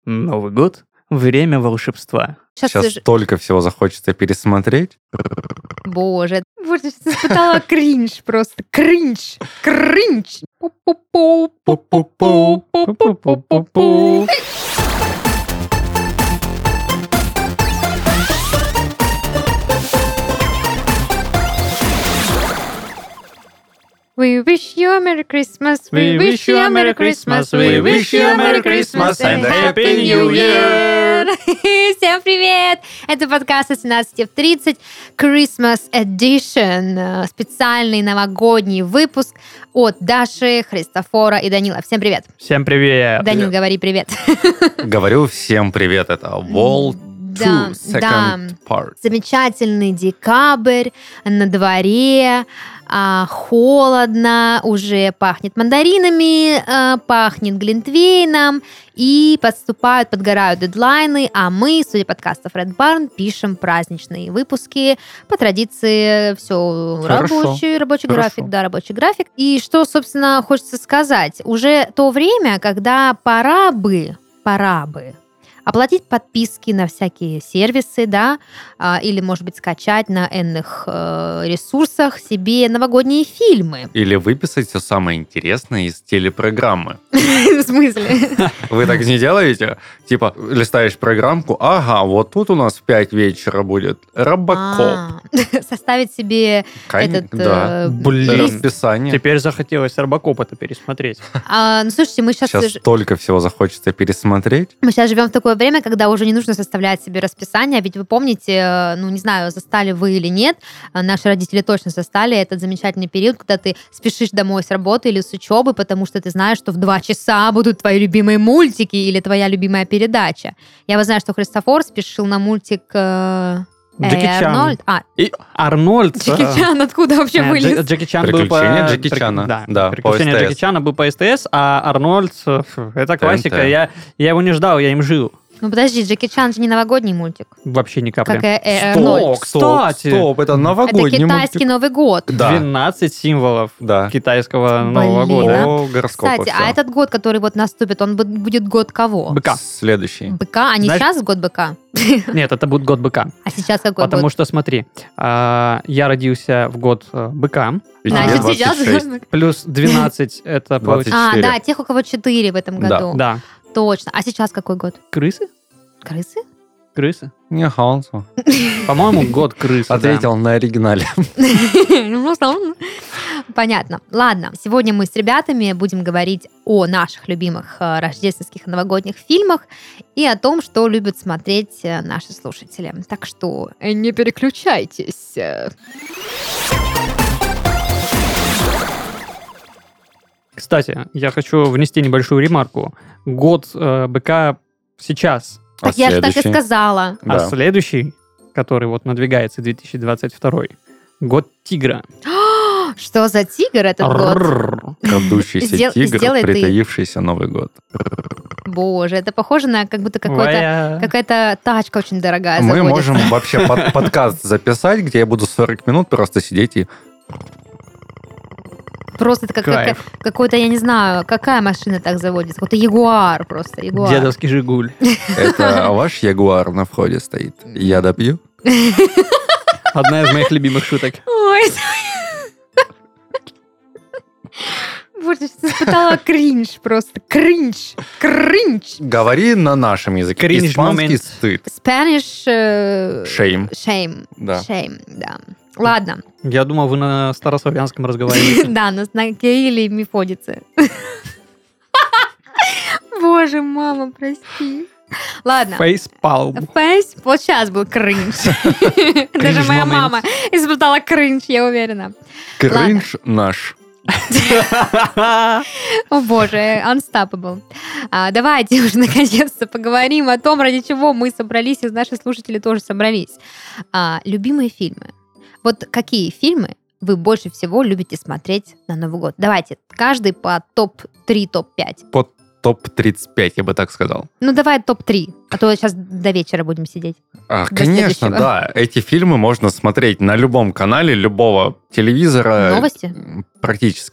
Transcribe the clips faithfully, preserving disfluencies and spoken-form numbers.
Новый год – время волшебства. Сейчас, Сейчас же... столько всего захочется пересмотреть. Боже, вот я испытала кринж просто. Кринж. Кринж. We wish you a Merry Christmas. We wish you a Merry Christmas. We wish you a Merry Christmas and a Happy New Year. Всем привет! Это подкаст от семнадцати в тридцать, Christmas Edition, специальный новогодний выпуск от Даши, Христофора и Данила. Всем привет! Всем привет! Данил, говори привет. Говорю всем привет. Это Wall Да, Second да. Part. Замечательный декабрь, на дворе, а, холодно, уже пахнет мандаринами, а, пахнет глинтвейном, и подступают, подгорают дедлайны, а мы, судя подкастов Red Barn, пишем праздничные выпуски. По традиции все рабочий, рабочий Хорошо. график, да, рабочий график. И что, собственно, хочется сказать, уже то время, когда пора бы, пора бы оплатить подписки на всякие сервисы, да, или, может быть, скачать на энных э, ресурсах себе новогодние фильмы. Или выписать все самое интересное из телепрограммы. В смысле? Вы так не делаете? Типа, листаешь программку, ага, вот тут у нас в пять вечера будет Робокоп. Составить себе этот Да, Блин. расписание. Теперь захотелось Робокоп-то пересмотреть. А, ну, слушайте, мы сейчас... Сейчас столько всего захочется пересмотреть. Мы сейчас живем в такое время, когда уже не нужно составлять себе расписание, ведь вы помните, ну, не знаю, застали вы или нет, наши родители точно застали этот замечательный период, когда ты спешишь домой с работы или с учебы, потому что ты знаешь, что в два часа будут твои любимые мультики или твоя любимая передача. Я вот знаю, что Христофор спешил на мультик... э, Джеки Эй, Чан. Арнольд. А, И Арнольд... Джеки Чан откуда вообще Э, вылез? Дж- Джеки Чан был по... Приключения Джеки Прик- Чана. Да, Да, Приключения по Джеки СТС. Чана был по СТС, а Арнольд... фу, Это классика. ТНТ. Я, я его не ждал, я им жил. Ну, подожди, Джеки Чан же не новогодний мультик. Вообще ни капли. Как и Эй, Стоп, Арнольд. стоп, кстати. стоп, это Это новогодний китайский мультик. Новый год. Да. двенадцать символов Да. китайского Блин. Нового года. О, гороскопа Кстати, всё. а этот год, который вот наступит, он бу- будет год кого? Быка. Следующий. Быка? А не Знаешь- сейчас год быка? Нет, это будет год быка. А сейчас какой Потому год? что, смотри, а, я родился в год э, быка, И Значит, тебе сейчас... двадцать шесть. плюс двенадцать это двадцать. получается... А, четыре. да, тех, у кого четыре в этом Да. году. Да. Точно. А сейчас какой год? Крысы? Крысы? Крысы? Не Хансу. По-моему, год крысы. да. Ответил на оригинале. Ну, ну, понятно. Ладно, сегодня мы с ребятами будем говорить о наших любимых э, рождественских и новогодних фильмах и о том, что любят смотреть э, наши слушатели. Так что э, не переключайтесь. Кстати, я хочу внести небольшую ремарку. Год э, быка сейчас, Так А я же так и следующий? сказала. а Да. следующий, который вот надвигается, две тысячи двадцать второй, год тигра. Что за тигр этот год? Рррр. Крадущийся Сдел- тигр, сделай ты. притаившийся Новый год. Боже, это похоже на как будто какой-то Вая. какая-то тачка очень дорогая Мы заводится. можем вообще под- подкаст записать, где я буду сорок минут просто сидеть и... Просто это как, как- Кайф. какой-то, я не знаю, какая машина так заводится? Какой-то ягуар просто, ягуар. Дедовский Жигуль. Это ваш ягуар на входе стоит. Я добью. Одна из моих любимых шуток. Ой. Боже, я сейчас испытала кринж просто. Кринж. Кринж. Говори на нашем языке. Кринж Испанский момент. стыд. Spanish... э, Shame. Shame. Да. Shame, да. Ладно. Я думал, вы на старославянском разговариваете. Да, на на Кирилле и Мефодице. Боже, мама, прости. Ладно. Фейспалм. Фейс, вот сейчас был кринж. Даже моя Кринж-момент. мама испытала кринж, я уверена. Кринж наш. О боже, unstoppable. А, давайте уже наконец-то поговорим о том, ради чего мы собрались, и наши слушатели тоже собрались. А, любимые фильмы. Вот какие фильмы вы больше всего любите смотреть на Новый год? Давайте, каждый по топ три, топ пять. Под топ тридцать пять, я бы так сказал. Ну, давай топ три, а то сейчас до вечера будем сидеть. А, До конечно, следующего. да. Эти фильмы можно смотреть на любом канале, любого телевизора. Новости? М, Практически.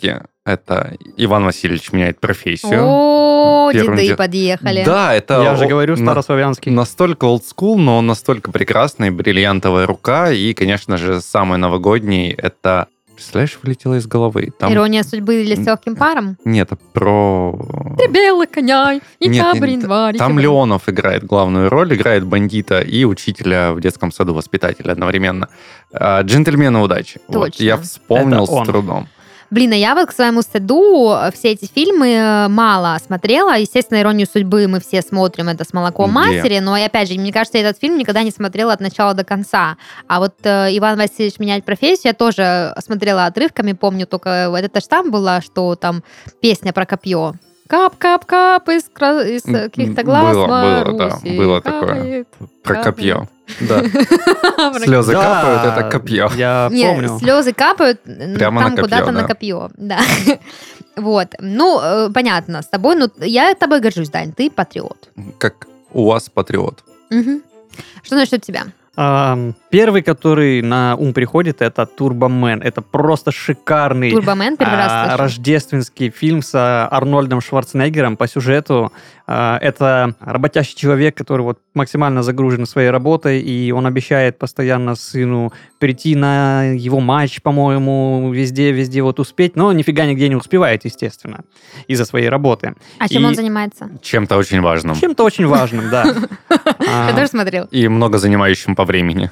Это «Иван Васильевич меняет профессию». О, Первым деды де- подъехали. Да, это... Я же о- говорю, на- старославянский. Настолько олдскул, но настолько прекрасный, бриллиантовая рука. И, конечно же, самый новогодний — это... Представляешь, вылетело из головы. Там... Ирония судьбы или с легким паром? Нет, про... Ты белый коня, и Нет, табрь, нет, январь, Там февраль. Леонов играет главную роль, играет бандита и учителя в детском саду, воспитателя одновременно. А, «Джентльмены удачи». Вот, Точно. я вспомнил Это он. с трудом. Блин, а я вот к своему стыду все эти фильмы э, мало смотрела. Естественно, «Иронию судьбы» мы все смотрим, это с молоком Где? матери, но, опять же, мне кажется, я этот фильм никогда не смотрела от начала до конца. А вот э, «Иван Васильевич меняет профессию» я тоже смотрела отрывками, помню, только вот это ж там было, что там песня про копье. Кап-кап-кап из, кра- из М, каких-то глаз было, было, да, Маруси было такое. капает. Про Капает. копье. Да. Про- Слезы Да, капают, это копье. Я Не, помню. слезы капают м, Прямо там на копье, куда-то на да. копье. Да. Вот. Ну, э, понятно, с тобой, ну, я тобой горжусь, Дань, ты патриот. Как у вас патриот. Мгм. Что насчет тебя? Ам, Первый, который на ум приходит, это «Турбомен». Это просто шикарный Турбомен первый раз а, слышу. рождественский фильм с а, Арнольдом Шварценеггером по сюжету. А, Это работящий человек, который вот максимально загружен своей работой, и он обещает постоянно сыну прийти на его матч, по-моему, везде-везде вот успеть, но нифига нигде не успевает, естественно, из-за своей работы. А чем и- он занимается? Чем-то очень важным. Чем-то очень важным, да. А, Я тоже смотрел. И много занимающим по времени.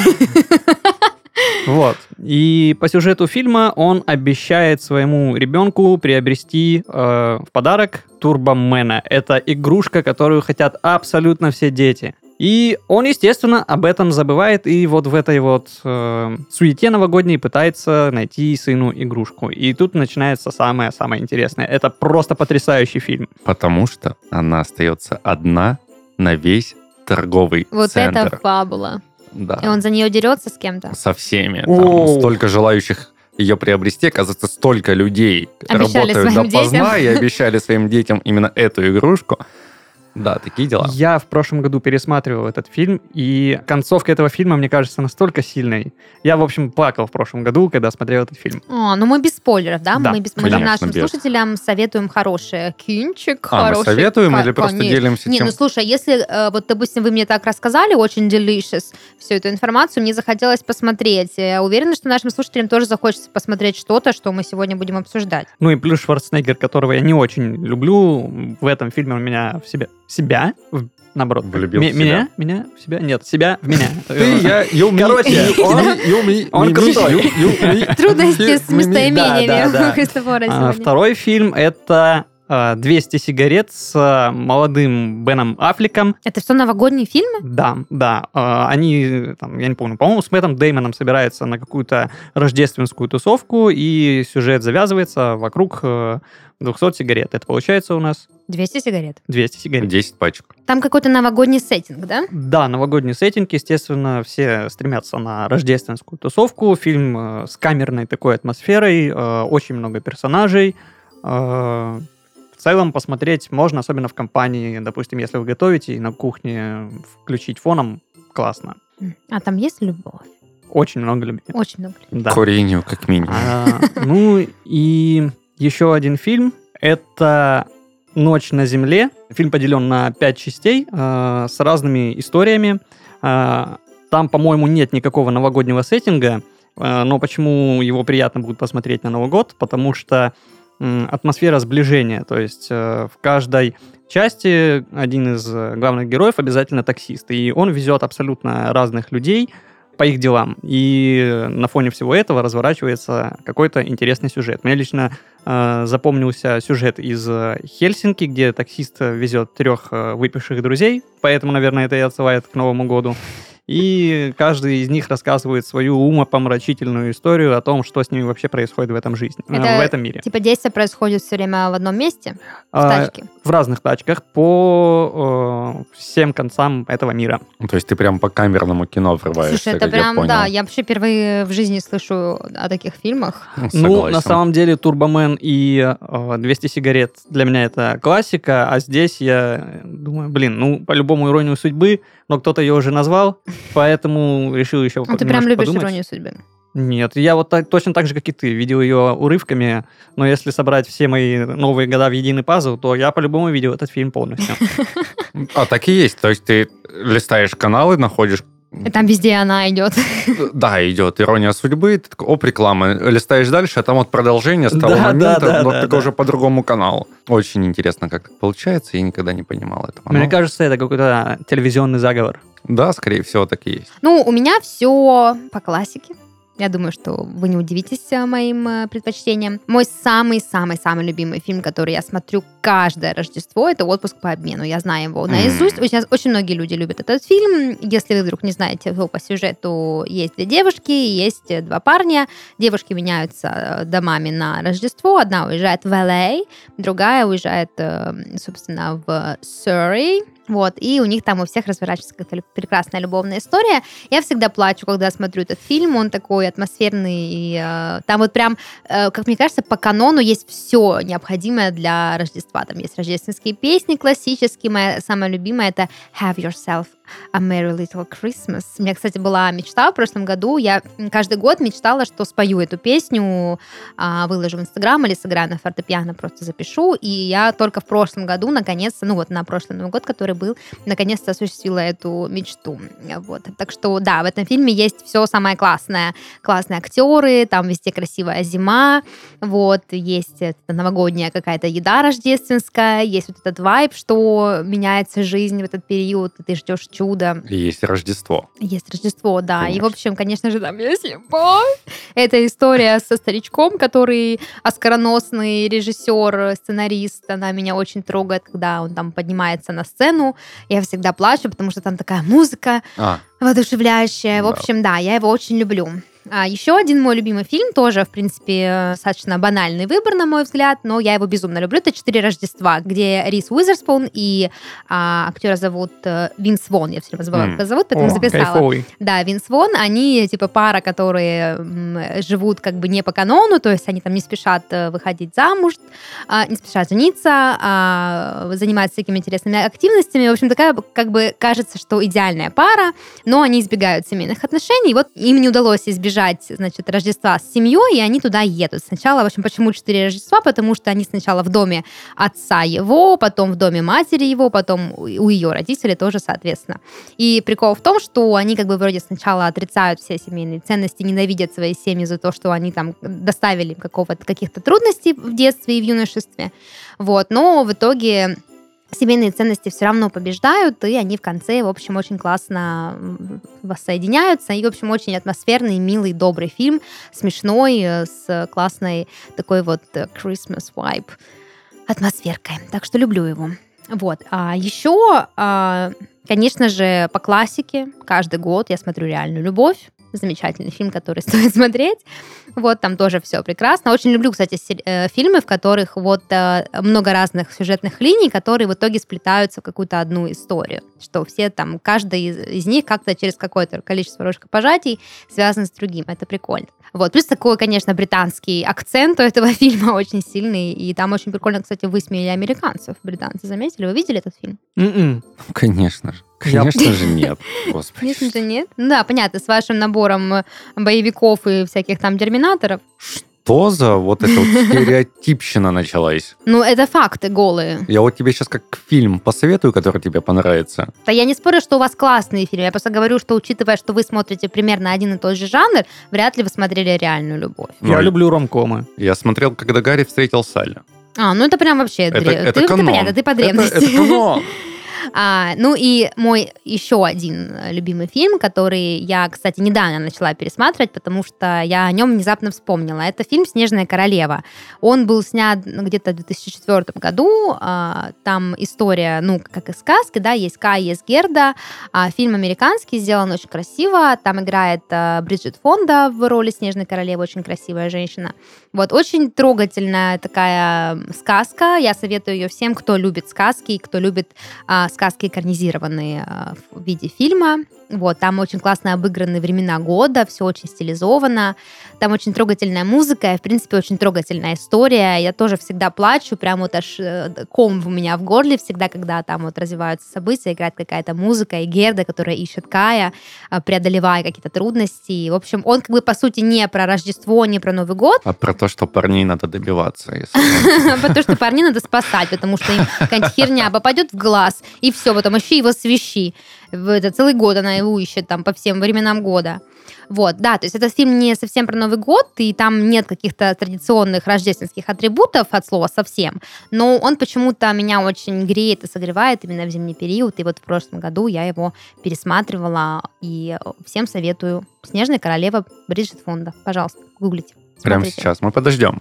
Вот. И по сюжету фильма он обещает своему ребенку приобрести э, в подарок Турбомена. Это игрушка, которую хотят абсолютно все дети. И он, естественно, об этом забывает и вот в этой вот э, суете новогодней пытается найти сыну игрушку. И тут начинается самое-самое интересное. Это просто потрясающий фильм. Потому что она остается одна на весь торговый Вот центр. это фабула. Да. И он за нее дерется с кем-то? Со всеми. О. Там столько желающих ее приобрести. Оказывается, столько людей Обещали работают своим допоздна детям. и обещали своим детям именно эту игрушку. Да, такие дела. Я в прошлом году пересматривал этот фильм, и концовка этого фильма, мне кажется, настолько сильной. Я, в общем, плакал в прошлом году, когда смотрел этот фильм. О, ну мы без спойлеров, да? Да, мы, без, мы же конечно, нашим без. слушателям советуем хорошее кинчик, А, мы хороший... советуем ка- или просто конечно. делимся Не, тем? ну слушай, если, э, вот, допустим, вы мне так рассказали, очень delicious, всю эту информацию, мне захотелось посмотреть. Я уверена, что нашим слушателям тоже захочется посмотреть что-то, что мы сегодня будем обсуждать. Ну и плюс Шварценеггер, которого я не очень люблю, в этом фильме он меня в себя... Себя? В- Наоборот. Влюбил Ме- в себя. Меня? Меня? В себя? Нет, себя в меня. Ты, я, you, me, Короче, you, он- me, you, me, он me, крутой. you, you, me. Трудности с Me, me. местоимениями Да, да, да. у Христофора А, сегодня. Второй фильм — это а, двести сигарет с а, молодым Беном Аффлеком. Это все новогодние фильмы? Да, да. А, Они, там, я не помню, по-моему, с Мэттом Деймоном собираются на какую-то рождественскую тусовку, и сюжет завязывается вокруг э, двухсот сигарет. Это получается у нас двести сигарет. двести сигарет. десять пачек. Там какой-то новогодний сеттинг, да? Да, новогодний сеттинг, естественно, все стремятся на рождественскую тусовку. Фильм э, с камерной такой атмосферой, э, очень много персонажей. Э, в целом посмотреть можно, особенно в компании, допустим, если вы готовите и на кухне включить фоном, классно. А там есть любовь? Очень много любви. Очень много. Да. Курению, как минимум. А, ну и еще один фильм. Это «Ночь на земле». Фильм поделен на пять частей э, с разными историями. Э, там, по-моему, нет никакого новогоднего сеттинга, э, но почему его приятно будет посмотреть на Новый год? Потому что м, атмосфера сближения. То есть э, в каждой части один из э, главных героев обязательно таксист. И он везет абсолютно разных людей по их делам. И на фоне всего этого разворачивается какой-то интересный сюжет. Мне лично э, запомнился сюжет из э, Хельсинки, где таксист везет трех э, выпивших друзей, поэтому, наверное, это и отсылает к Новому году. И каждый из них рассказывает свою умопомрачительную историю о том, что с ними вообще происходит в этом жизни, э, Это в этом мире. Типа действие происходит все время в одном месте, в А, тачке. в разных тачках по э, всем концам этого мира. Ну, то есть ты прям по камерному кино врываешься, Слушай, это как я прям, понял. да, я вообще впервые в жизни слышу о таких фильмах. Ну, Согласен. на самом деле, Турбомен и э, двести сигарет для меня это классика, а здесь я думаю, блин, ну, по-любому «Иронию судьбы», но кто-то ее уже назвал, поэтому решил еще Ну, ты прям немножко любишь подумать. «Иронию судьбы». Нет, я вот так, точно так же, как и ты, видел ее урывками, но если собрать все мои новые года в единый пазл, то я по-любому видел этот фильм полностью. А так и есть. То есть ты листаешь каналы, находишь... И там везде она идет. Да, идет «Ирония судьбы», ты такой, оп, реклама. Листаешь дальше, а там вот продолжение с того Да, момента, да, да, вот да, такой да. уже по другому каналу. Очень интересно, как так получается, я никогда не понимал этого. Мне Но- кажется, это какой-то телевизионный заговор. Да, скорее всего, так и есть. Ну, у меня все по классике. Я думаю, что вы не удивитесь э, моим э, предпочтениям. Мой самый-самый-самый любимый фильм, который я смотрю каждое Рождество, это «Отпуск по обмену». Я знаю его наизусть. М. Очень, очень многие люди любят этот фильм. Если вы вдруг не знаете, то по сюжету есть две девушки, есть э, два парня. Девушки меняются э, домами на Рождество. Одна уезжает в Эл Эй, другая уезжает, э, собственно, в Суррей. Вот, и у них там у всех разворачивается какая-то прекрасная любовная история. Я всегда плачу, когда смотрю этот фильм, он такой атмосферный, и, э, там вот прям, э, как мне кажется, по канону есть все необходимое для Рождества. Там есть рождественские песни классические, моя самая любимая — это «Have Yourself a Merry Little Christmas». У меня, кстати, была мечта в прошлом году, я каждый год мечтала, что спою эту песню, а, выложу в Инстаграм или сыграю на фортепиано, просто запишу, и я только в прошлом году, наконец-то, ну вот на прошлый Новый год, который был, наконец-то осуществила эту мечту. Вот. Так что, да, в этом фильме есть все самое классное. Классные актеры, там везде красивая зима, вот, есть эта новогодняя какая-то еда рождественская, есть вот этот вайб, что меняется жизнь в этот период, и ты ждешь чуда. И есть Рождество. Есть Рождество, да. Конечно. И, в общем, конечно же, там есть любовь. Это история со старичком, который оскароносный режиссер, сценарист. Она меня очень трогает, когда он там поднимается на сцену. Я всегда плачу, потому что там такая музыка А, воодушевляющая. В Да. общем, да, я его очень люблю. А еще один мой любимый фильм, тоже, в принципе, достаточно банальный выбор, на мой взгляд, но я его безумно люблю. Это «Четыре Рождества», где Риз Уизерспун и а, актера зовут э, Винс Вон. Я все время забываю, М. как его зовут, поэтому О, записала. кайфовый. Да, Винс Вон, они типа пара, которые м, живут как бы не по канону, то есть они там не спешат э, выходить замуж, а, не спешат жениться, а, занимаются всякими интересными активностями. В общем, такая как бы кажется, что идеальная пара, но они избегают семейных отношений. И вот им не удалось избежать, значит, Рождества с семьей, и они туда едут. Сначала, в общем, почему четыре Рождества? Потому что они сначала в доме отца его, потом в доме матери его, потом у у ее родителей тоже, соответственно. И прикол в том, что они как бы вроде сначала отрицают все семейные ценности, ненавидят свои семьи за то, что они там доставили им какого-то, каких-то трудностей в детстве и в юношестве. Вот. Но в итоге семейные ценности все равно побеждают, и они в конце, в общем, очень классно м, воссоединяются. И, в общем, очень атмосферный, милый, добрый фильм, смешной, э, с классной такой вот э, Christmas vibe атмосферкой. Так что люблю его. Вот. А еще, а, конечно же, по классике каждый год я смотрю «Реальную любовь». Замечательный фильм, который стоит смотреть. Вот, там тоже все прекрасно. Очень люблю, кстати, сери- э, фильмы, в которых вот э, много разных сюжетных линий, которые в итоге сплетаются в какую-то одну историю. Что все там, каждый из, из них как-то через какое-то количество ручкопожатий связан с другим. Это прикольно. Вот. Плюс такой, конечно, британский акцент у этого фильма очень сильный. И там очень прикольно, кстати, высмеяли американцев. Британцы заметили? Вы видели этот фильм? М-м. ну, конечно же. Я- Конечно же нет. Господи. Конечно же, нет. Ну да, понятно, с вашим набором э, боевиков и всяких там терминаторов. Что за вот эта вот стереотипщина началась? Ну, это факты голые. Я вот тебе сейчас как фильм посоветую, который тебе понравится. Да я не спорю, что у вас классные фильмы. Я просто говорю, что учитывая, что вы смотрите примерно один и тот же жанр, вряд ли вы смотрели «Реальную любовь». Ну, Я люблю ромкомы. Я смотрел, когда Гарри встретил Салли. А, ну это прям вообще... Это, дре- это ты, ты канон. понятно, ты по Это- древности. Это канон. А, ну и мой еще один э, любимый фильм, который я, кстати, недавно начала пересматривать, потому что я о нем внезапно вспомнила. Это фильм «Снежная королева». Он был снят ну, где-то в две тысячи четвёртом году. А, там история, ну, как и сказки, да, есть Кай, есть Герда. А, фильм американский, сделан очень красиво. Там играет а, Бриджит Фонда в роли Снежной королевы, очень красивая женщина. Вот, очень трогательная такая сказка. Я советую ее всем, кто любит сказки, кто любит а, сказки экранизированные э, в виде фильма. Вот, там очень классно обыграны времена года, все очень стилизовано. Там очень трогательная музыка, и, в принципе, очень трогательная история. Я тоже всегда плачу, прям вот аж э, ком у меня в горле всегда, когда там вот развиваются события, играет какая-то музыка, и Герда, которая ищет Кая, э, преодолевая какие-то трудности. И, в общем, он как бы, по сути, не про Рождество, не про Новый год. А про то, что парней надо добиваться. Если... Про то, что парней надо спасать, потому что им какая-нибудь херня попадет в глаз, и все, потом ищи его свищи. Это целый год она его ищет там по всем временам года. Вот, да, то есть этот фильм не совсем про Новый год, и там нет каких-то традиционных рождественских атрибутов от слова совсем, но он почему-то меня очень греет и согревает именно в зимний период, и вот в прошлом году я его пересматривала, и всем советую. «Снежная королева» Бриджит Фонда. Пожалуйста, гуглите. Прямо Смотрите. сейчас. Мы подождем.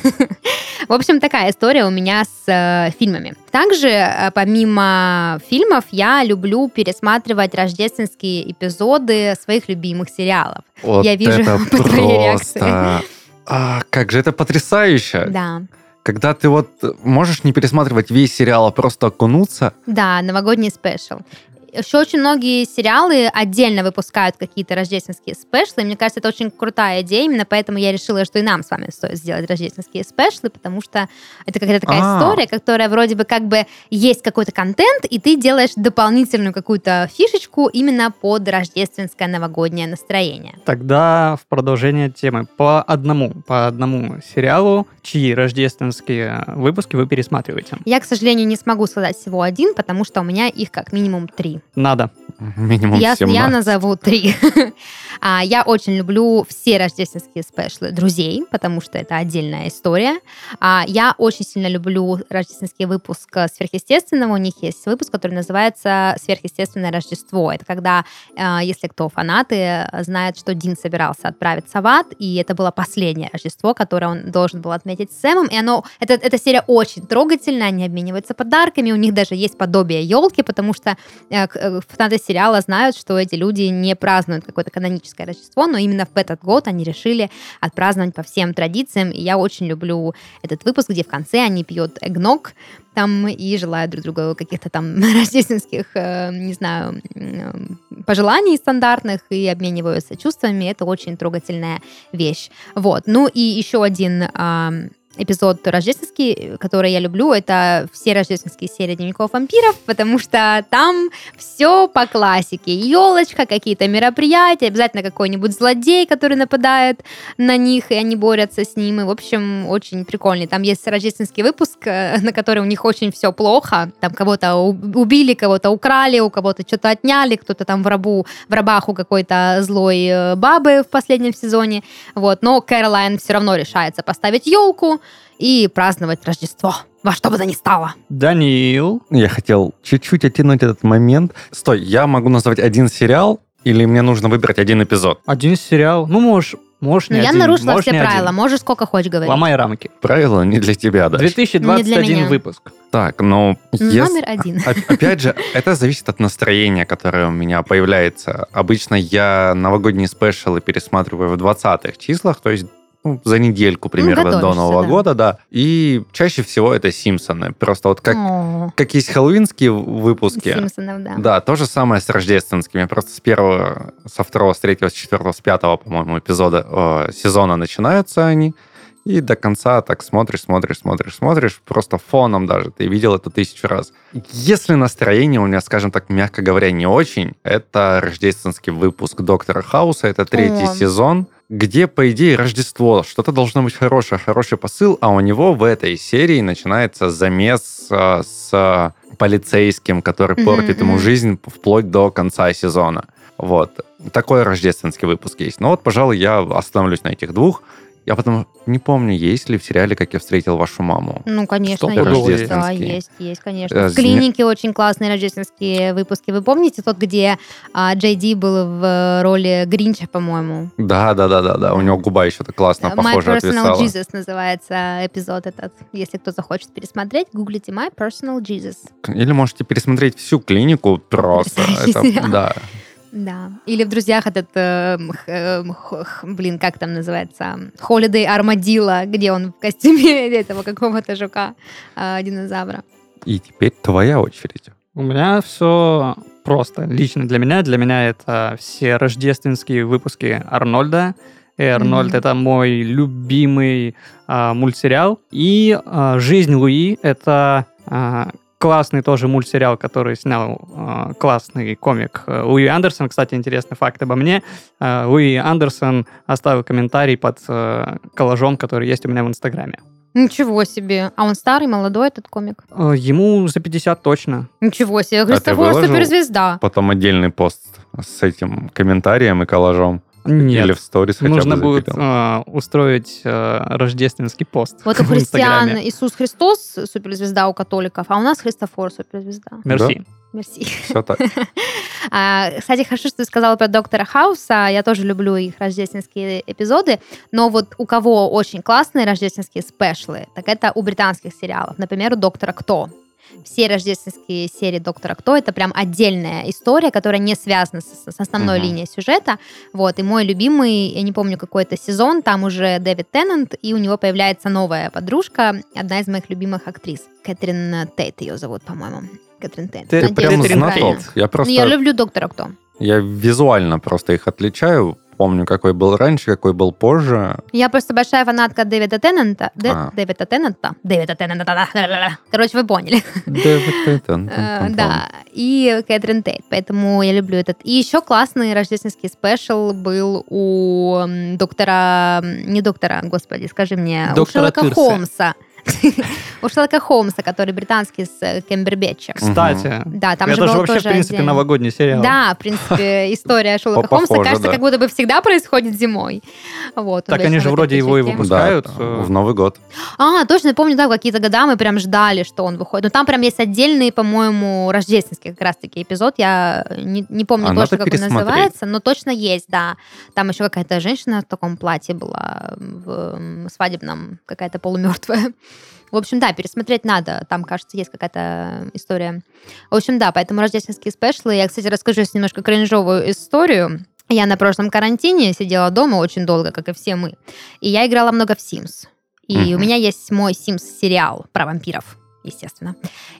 В общем, такая история у меня с э, фильмами. Также, э, помимо фильмов, я люблю пересматривать рождественские эпизоды своих любимых сериалов. Вот Я вижу это по твоей реакции. просто... А, как же это потрясающе! Да. Когда ты вот можешь не пересматривать весь сериал, а просто окунуться. Да, новогодний спешл. Еще очень многие сериалы отдельно выпускают какие-то рождественские спешлы. Мне кажется, это очень крутая идея. Именно поэтому я решила, что и нам с вами стоит сделать рождественские спешлы, потому что это какая-то такая А. история, которая вроде бы как бы есть какой-то контент, и ты делаешь дополнительную какую-то фишечку именно под рождественское новогоднее настроение. Тогда в продолжение темы по одному, по одному сериалу, чьи рождественские выпуски вы пересматриваете? Я, к сожалению, не смогу сказать всего один, потому что у меня их как минимум три. Надо. Минимум Я, семнадцать. я назову три. а, я очень люблю все рождественские спешлы «Друзей», потому что это отдельная история. А, я очень сильно люблю рождественский выпуск «Сверхъестественного». У них есть выпуск, который называется «Сверхъестественное Рождество». Это когда, а, если кто фанаты, знает, что Дин собирался отправиться в ад, и это было последнее Рождество, которое он должен был отметить с Сэмом. И оно, это, эта серия очень трогательная, они обмениваются подарками, у них даже есть подобие елки, потому что фанаты сериала знают, что эти люди не празднуют какое-то каноническое Рождество, но именно в этот год они решили отпраздновать по всем традициям. И я очень люблю этот выпуск, где в конце они пьют эгног там и желают друг другу каких-то там рождественских, э, не знаю, э, пожеланий стандартных и обмениваются чувствами. Это очень трогательная вещь. Вот. Ну и еще один... Э, эпизод рождественский, который я люблю, это все рождественские серии «Дневников вампиров», потому что там все по классике. Елочка, какие-то мероприятия, обязательно какой-нибудь злодей, который нападает на них, и они борются с ним. И, в общем, очень прикольный. Там есть рождественский выпуск, на который у них очень все плохо. Там кого-то убили, кого-то украли, у кого-то что-то отняли, кто-то там в рабу, в рабах у какой-то злой бабы в последнем сезоне. Вот. Но Кэролайн все равно решается поставить елку и праздновать Рождество. Во что бы то ни стало. Даниил. Я хотел чуть-чуть оттянуть этот момент. Стой, я могу назвать один сериал, или мне нужно выбрать один эпизод? Один сериал. Ну, можешь, можешь Но не я один. нарушила можешь все не правила. один. Можешь сколько хочешь говорить. Ломай рамки. Правила не для тебя, да. две тысячи двадцать Не для один меня. выпуск. Так, ну... Номер один. о- Опять же, это зависит от настроения, которое у меня появляется. Обычно я новогодние спешалы пересматриваю в двадцатых числах, то есть ну, за недельку примерно до готовишься, Нового да. года, да. И чаще всего это «Симпсоны». Просто вот как, О, как есть хэллоуинские выпуски, Симпсонов, да. да, то же самое с рождественскими. Просто с первого, со второго, с третьего, с четвертого, с пятого, по-моему, эпизода э, сезона начинаются они. И до конца так смотришь, смотришь, смотришь, смотришь. Просто фоном даже. Ты видел это тысячу раз. Если настроение у меня, скажем так, мягко говоря, не очень, это рождественский выпуск «Доктора Хауса». Это третий О. сезон, где, по идее, Рождество. Что-то должно быть хорошее, хороший посыл. А у него в этой серии начинается замес э, с полицейским, который Мгм, портит ему мгм. жизнь вплоть до конца сезона. Вот. Такой рождественский выпуск есть. Но вот, пожалуй, я остановлюсь на этих двух. Я потом не помню, есть ли в сериале «Как я встретил вашу маму». Ну, конечно, Что есть. рождественский? Да, есть, есть, конечно. Э, В клинике очень классные рождественские выпуски. Вы помните тот, где а, Джей Ди был в роли Гринча, по-моему? Да, да, да, да, да. У него губа еще так классно, My похоже, Personal отвисала. Jesus называется эпизод этот. Если кто захочет пересмотреть, гуглите My Personal Jesus. Или можете пересмотреть всю клинику просто. Потрясающий Это, сериал. да. Да. Или в «Друзьях» этот, э, х- э, х- х- блин, как там называется? Holiday Armadillo, где он в костюме этого какого-то жука, э, динозавра. И теперь твоя очередь. У меня все просто. Лично для меня. Для меня это все рождественские выпуски Арнольда. И Арнольд Мгм. это мой любимый а, мультсериал. И а, «Жизнь Луи» это а, классный тоже мультсериал, который снял а, классный комик э, Луи Андерсон. Кстати, интересный факт обо мне. А, Луи Андерсон оставил комментарий под э, коллажом, который есть у меня в Инстаграме. Ничего себе. А он старый, молодой, этот комик? Э, Ему за пятьдесят точно. Ничего себе. ты Христофор выложил? суперзвезда. Потом отдельный пост с этим комментарием и коллажом. Нет. Или в сторис хотя Нужно бы будет закрепил. э, устроить э, рождественский пост Вот у в христиан Инстаграме. Иисус Христос суперзвезда у католиков, а у нас Христофор суперзвезда. Мерси. Мерси. Все так. А, Кстати, хорошо, что ты сказала про Доктора Хауса. Я тоже люблю их рождественские эпизоды. Но вот у кого очень классные рождественские спешлы, так это у британских сериалов. Например, у Доктора Кто. Все рождественские серии Доктора Кто — это прям отдельная история, которая не связана с, с основной Мгм. линией сюжета. Вот. И мой любимый, я не помню, какой это сезон, там уже Дэвид Теннант, и у него появляется новая подружка, одна из моих любимых актрис. Кэтрин Тейт ее зовут, по-моему. Кэтрин Тейт. Ты Ты прям Кэтрин знаток. Тейт. Я Ну, просто... я люблю Доктора Кто. Я визуально просто их отличаю. Помню, какой был раньше, какой был позже. Я просто большая фанатка Дэвида Теннанта. Дэ- А. Дэвида Теннанта? Дэвида Теннанта. да-да-да-да-да. Короче, вы поняли. Дэвид Теннант. Э, Да, и Кэтрин Тейт, поэтому я люблю этот. И еще классный рождественский спешл был у м, доктора, м, не доктора, господи, скажи мне, у Доктора Шерлока Тырса. Холмса. У Шерлока Холмса, который британский с э, Камбербэтчем. Кстати, Да, там это же же был вообще, в тоже принципе, отдельно. новогодний сериал. Да, в принципе, история Шерлока Похоже, Холмса, кажется, да. как будто бы всегда происходит зимой. Вот, он Так они вечно же в этой вроде его и пиджаке. выпускают. Да, э, в Новый год. А, точно, я помню, да, в какие-то года мы прям ждали, что он выходит. Но там прям есть отдельный, по-моему, рождественский как раз-таки эпизод. Я не, не помню А, точно, надо как он пересмотреть. называется, но точно есть, да. Там еще какая-то женщина в таком платье была, в м, свадебном, какая-то полумертвая. В общем, да, пересмотреть надо. Там, кажется, есть какая-то история. В общем, да, поэтому рождественские спешлы. Я, кстати, расскажу сейчас немножко кринжовую историю. Я на прошлом карантине сидела дома очень долго, как и все мы. И я играла много в Sims. И Мгм. у меня есть мой Sims-сериал про вампиров, естественно.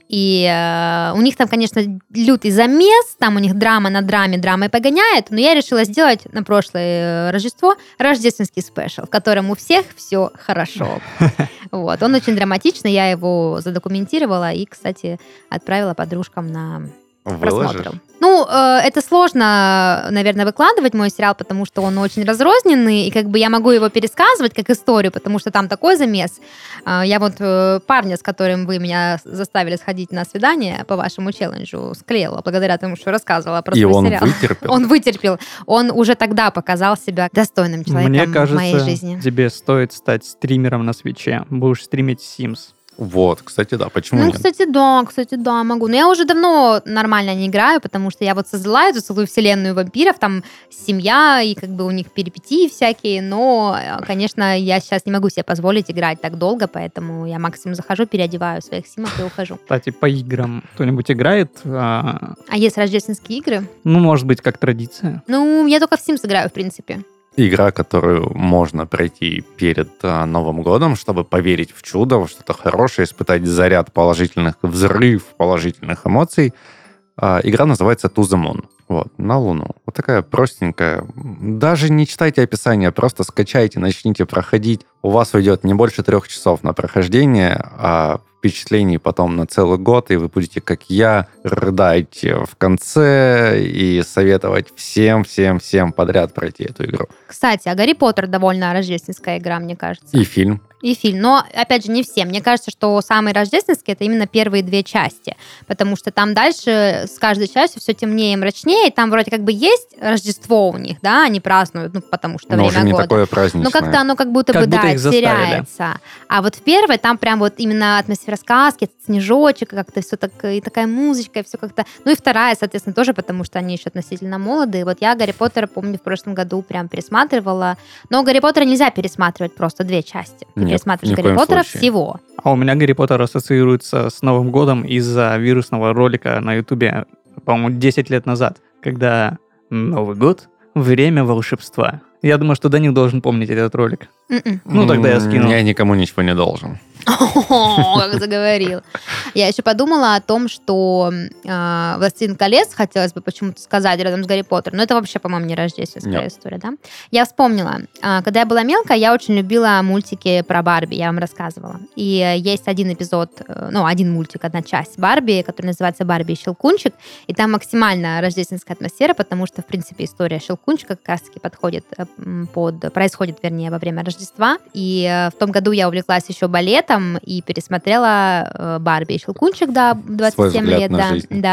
И э, у них там, конечно, лютый замес, там у них драма на драме, драма и погоняет, но я решила сделать на прошлое э, Рождество рождественский спешл, в котором у всех все хорошо. Вот. Он очень драматичный, я его задокументировала и, кстати, отправила подружкам на Выложишь? просмотр. Ну, э, это сложно, наверное, выкладывать мой сериал, потому что он очень разрозненный, и как бы я могу его пересказывать как историю, потому что там такой замес. Э, я вот э, парня, с которым вы меня заставили сходить на свидание по вашему челленджу, склеила благодаря тому, что рассказывала про И свой он сериал. вытерпел. Он вытерпел. Он уже тогда показал себя достойным человеком Мне в кажется, моей жизни. тебе стоит стать стримером на Свитче. Будешь стримить Sims. Вот, кстати, да, почему Ну, нет? кстати, да, кстати, да, могу. Но я уже давно нормально не играю, потому что я вот создала эту целую вселенную вампиров, там семья, и как бы у них перипетии всякие, но, э, конечно, я сейчас не могу себе позволить играть так долго, поэтому я максимум захожу, переодеваю своих симов и ухожу. Кстати, по играм кто-нибудь играет? А, А есть рождественские игры? ну, может быть, как традиция. Ну, я только в Sims играю, в принципе. Игра, которую можно пройти перед а, Новым годом, чтобы поверить в чудо, во что-то хорошее, испытать заряд положительных, взрыв положительных эмоций. А, игра называется To the Moon. Вот, на Луну. Вот такая простенькая. Даже не читайте описание, просто скачайте, начните проходить. У вас уйдет не больше трех часов на прохождение, а впечатлений потом на целый год, и вы будете, как я, рыдать в конце и советовать всем-всем-всем подряд пройти эту игру. Кстати, а Гарри Поттер довольно рождественская игра, мне кажется. И фильм. И фильм. Но, опять же, не все. Мне кажется, что самый рождественский — это именно первые две части. Потому что там дальше с каждой частью все темнее и мрачнее. И там вроде как бы есть Рождество у них, да, они празднуют, ну, потому что Но время уже не года. такое праздничное. Но как-то оно как будто Как бы, будто да, их заставили. теряется. А вот в первой там прям вот именно атмосфера сказки, этот снежочек, как-то все так, и такая музычка, и все как-то... Ну и вторая, соответственно, тоже, потому что они еще относительно молодые. Вот я Гарри Поттера, помню, в прошлом году прям пересматривала. Но Гарри Поттера нельзя пересматривать просто две части. Ты Нет, пересматриваешь ни в Гарри коем Поттера случае. всего. А у меня Гарри Поттер ассоциируется с Новым годом из-за вирусного ролика на Ютубе, по-моему, десять лет назад, когда Новый год — время волшебства. Я думаю, что Данил должен помнить этот ролик. М-м. Ну, тогда я скину. Я никому ничего не должен. О, как заговорил. Я еще подумала о том, что э, «Властелин колец» хотелось бы почему-то сказать рядом с «Гарри Поттером», но это вообще, по-моему, не рождественская Нет. история, да? Я вспомнила. Э, когда я была мелкая, я очень любила мультики про Барби, я вам рассказывала. И э, есть один эпизод, э, ну, один мультик, одна часть Барби, который называется «Барби и Щелкунчик», и там максимально рождественская атмосфера, потому что, в принципе, история Щелкунчика как раз-таки подходит э, под... происходит, вернее, во время Рождества. И э, в том году я увлеклась еще балетом, и пересмотрела э, «Барби и Щелкунчик», да, двадцать семь лет, на да, жизнь. да,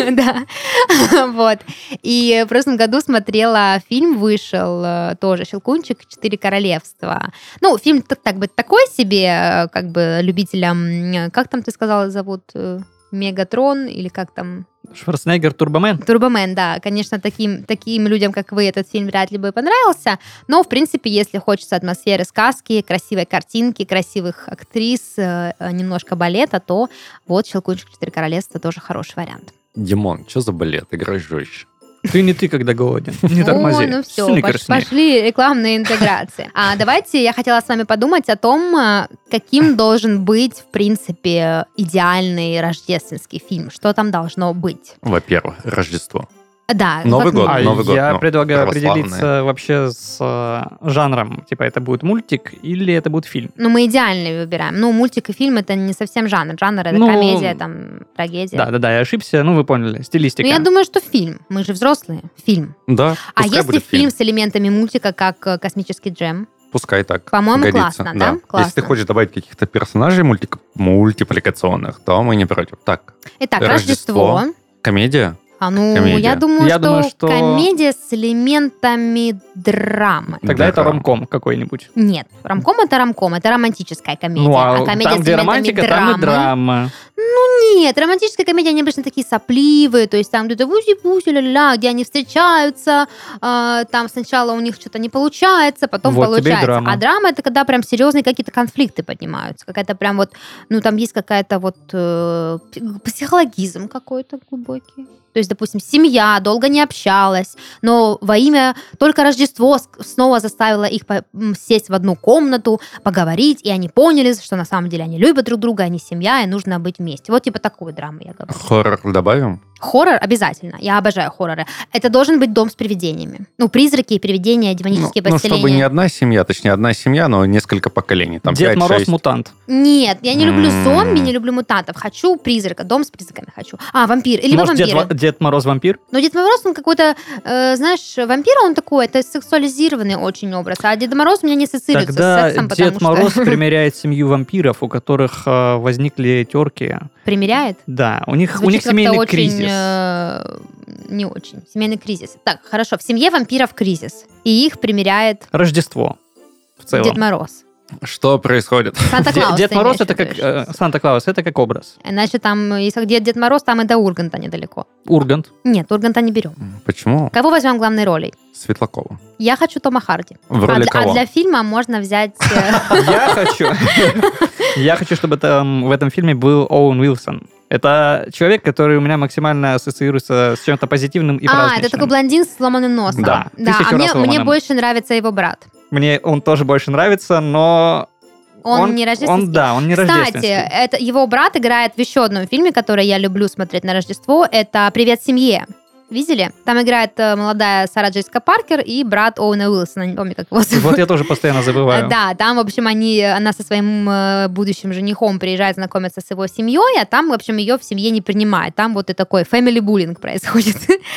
да, вот. И в прошлом году смотрела фильм, вышел э, тоже «Щелкунчик. Четыре королевства». Ну, фильм так, так бы такой себе, э, как бы любителям, э, как там ты сказала, зовут э, Мегатрон или как там? Шварценеггер, Турбомен. Турбомен, да. Конечно, таким, таким людям, как вы, этот фильм вряд ли бы понравился. Но, в принципе, если хочется атмосферы сказки, красивой картинки, красивых актрис, э, немножко балета, то вот «Щелкунчик. Четыре королевства» тоже хороший вариант. Димон, что за балет? Играй жестче. Ты не ты, когда голоден. Не тормози. О, ну все, Сникерс не. пошли рекламные интеграции. А давайте я хотела с вами подумать о том, э, каким должен быть, в принципе, идеальный рождественский фильм. Что там должно быть? Во-первых, Рождество. Да, Новый как год. минимум. А Новый год, я ну, предлагаю православный. определиться вообще с э, жанром. Типа, это будет мультик или это будет фильм? Ну, мы идеальный выбираем. Ну, мультик и фильм — это не совсем жанр. Жанр — это Ну, комедия, там, трагедия. Да-да-да, я ошибся. Ну, вы поняли. Стилистика. Ну, я думаю, что фильм. Мы же взрослые. Фильм. Да, А пускай если будет фильм фильм. с элементами мультика, как э, «Космический джем»? Пускай так. По-моему, годится. классно, да? Классно. Если ты хочешь добавить каких-то персонажей мультик- мультипликационных, то мы не против. Так, Итак, Рождество. Рождество. комедия. А ну, Комедия. я думаю, Я что думаю, что- комедия с элементами драмы. Тогда это Да. ромком какой-нибудь. Нет, ромком — это ромком, это романтическая комедия. Ну, а, комедия там, с где элементами романтика, там драмы. и драма. Нет, романтическая комедия, они обычно такие сопливые, то есть там где-то вузи-пузи, ля-ля, где они встречаются, э, там сначала у них что-то не получается, потом Вот тебе и получается. драма. А драма — это когда прям серьезные какие-то конфликты поднимаются, какая-то прям вот, ну там есть какая-то вот э, психологизм какой-то глубокий. То есть, допустим, семья долго не общалась, но во имя только Рождество с- снова заставило их по- м, сесть в одну комнату, поговорить, и они поняли, что на самом деле они любят друг друга, они семья, и нужно быть вместе. Вот типа такой драмы я говорю. Хоррор добавим? Хоррор обязательно. Я обожаю хорроры. Это должен быть дом с привидениями. Ну, призраки, привидения, Ну, демонические ну, чтобы поселения. не одна семья, точнее, одна семья, но несколько поколений. Там Дед Мороз пять-шесть. мутант. Нет, я не люблю М. зомби, не люблю мутантов. Хочу призрака, дом с призраками хочу. А, вампир. Или Может, Дед, вампиры. Ва- Дед Мороз вампир? Но Дед Мороз, он какой-то, э, знаешь, вампир, он такой, это сексуализированный очень образ. А Дед Мороз у меня не ассоциируется с Тогда сексом, потому Дед что... Мороз примеряет семью вампиров, у которых э, возникли терки. Примеряет? Да, у них, у Звучит них как-то семейный очень, кризис. э, не очень. Семейный кризис. Так, хорошо. В семье вампиров кризис. И их примеряет Рождество в целом. Дед Мороз. Что происходит? Дед Санта-Клаус. Дед ты Мороз имеешь это в виду как еще? э, Санта-Клаус, это как образ. Значит, там, если где Дед Мороз, там и до Урганта недалеко. Ургант. Нет, Урганта не берем. Почему? Кого возьмем главной ролей? Светлакова. Я хочу Тома Харди. В А роли для, а кого? для фильма можно взять... э, Я хочу, я хочу, чтобы там в этом фильме был Оуэн Уилсон. Это человек, который у меня максимально ассоциируется с чем-то позитивным и А, праздничным. это такой блондин с сломанным носом. Да, Да, тысячу а мне, раз мне сломанным. больше нравится его брат. Мне он тоже больше нравится, но... Он, не рождественский. Он, да, он не Кстати, рождественский. это, его брат играет в еще одном фильме, который я люблю смотреть на Рождество. Это «Привет семье». Видели? Там играет э, молодая Сара Джессика Паркер и брат Оуэна Уилсона. Не помню, как его зовут. Вот я тоже постоянно забываю. Да, там, в общем, они, она со своим э, будущим женихом приезжает знакомиться с его семьей, а там, в общем, ее в семье не принимают. Там вот и такой family bullying происходит.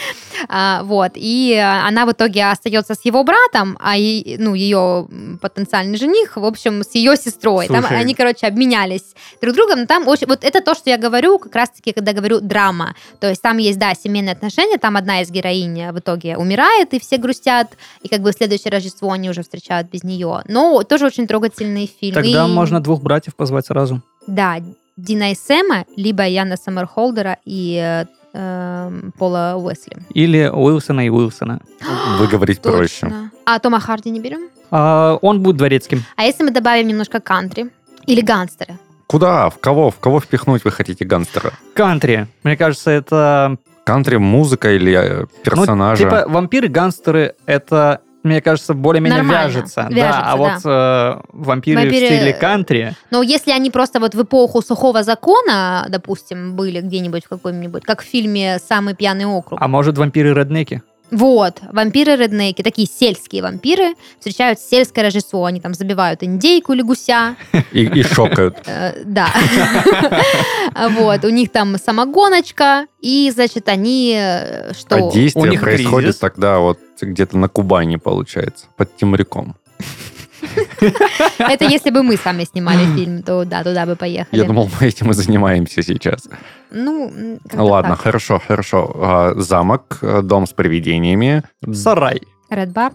А, вот. И она в итоге остается с его братом, а и, ну, ее потенциальный жених, в общем, с ее сестрой. Там Слушай. они, короче, обменялись друг другом. Но там очень... Вот это то, что я говорю, как раз-таки, когда говорю драма. То есть там есть, да, семейные отношения, там одна из героинь в итоге умирает, и все грустят, и как бы в следующее Рождество они уже встречают без нее. Но тоже очень трогательный фильм. Тогда И- можно двух братьев позвать сразу. Да, Дина и Сэма, либо Яна Саммерхолдера и э, эм, Пола Уэсли. Или Уилсона и Уилсона. Выговорить проще. Точно. А Тома Харди не берем? А, он будет дворецким. А если мы добавим немножко кантри? Или гангстера? Куда? В кого? В кого впихнуть вы хотите гангстера? Кантри. Мне кажется, это... Кантри, музыка или э, Ну, персонажа? типа, вампиры, гангстеры — это мне кажется, более-менее Нормально. вяжется. Вяжется, да, а вот э, вампиры, Вампиры- в стиле кантри... Но если они просто вот в эпоху сухого закона, допустим, были где-нибудь в каком-нибудь, как в фильме «Самый пьяный округ». А может, вампиры-реднеки? Вот, вампиры-реднеки, такие сельские вампиры, встречают сельское Рождество, они там забивают индейку или гуся, И, и шокают. Э, да. Вот, у них там самогоночка, и, значит, они э, что? А действие у них происходит кризис. тогда вот где-то на Кубани, получается, под Темрюком. Это если бы мы с вами снимали фильм, то да, туда бы поехали. Я думал, мы этим и занимаемся сейчас. Ну, м, как-то Ладно, так. хорошо, хорошо. А, Замок, э, дом с привидениями. Сарай. Red Barn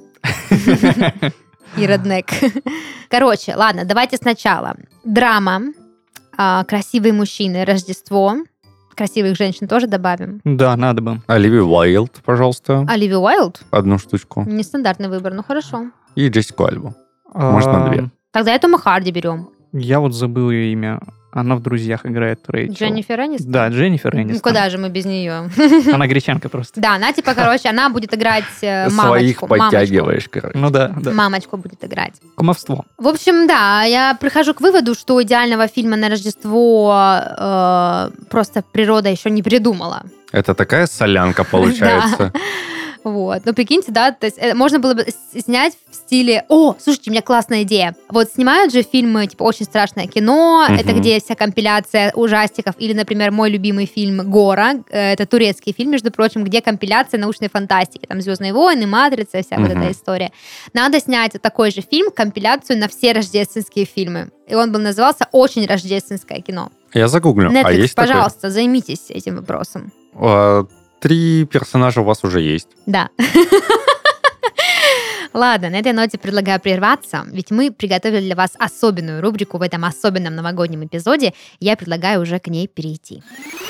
и Redneck. Короче, ладно, давайте сначала. Драма, а, красивые мужчины, Рождество. Красивых женщин тоже добавим. Да, надо бы. Оливия Уайлд, пожалуйста, Оливия Уайлд? одну штучку. Нестандартный выбор, ну хорошо. И Джессику Альбу. Может, на две. Ам, Тогда я Тома Харди берем. Я вот забыл ее имя. Она в «Друзьях» играет Рэйчел. Дженнифер Энистон? Да, Дженнифер Ну Энистон. куда же мы без нее? Она гречанка просто. Да, она типа, короче, она будет играть э, Своих мамочку. мамочку. подтягиваешь, короче. Ну да, да. Мамочку будет играть. Кумовство. В общем, да, я прихожу к выводу, что идеального фильма на Рождество э, просто природа еще не придумала. Это такая солянка получается. Вот. Ну, прикиньте, да, то есть э, можно было бы с- снять в стиле «О, слушайте, у меня классная идея». Вот снимают же фильмы, типа, «Очень страшное кино», Мгм. это где вся компиляция ужастиков, или, например, мой любимый фильм «Гора», э, это турецкий фильм, между прочим, где компиляция научной фантастики, там «Звездные войны», «Матрица», вся вот Мгм. эта история. Надо снять такой же фильм, компиляцию на все рождественские фильмы. И он бы назывался «Очень рождественское кино». Я загуглю. Netflix, А есть такой? пожалуйста, займитесь этим вопросом. А, Три персонажа у вас уже есть. Да. Ладно, на этой ноте предлагаю прерваться, ведь мы приготовили для вас особенную рубрику в этом особенном новогоднем эпизоде. Я предлагаю уже к ней перейти.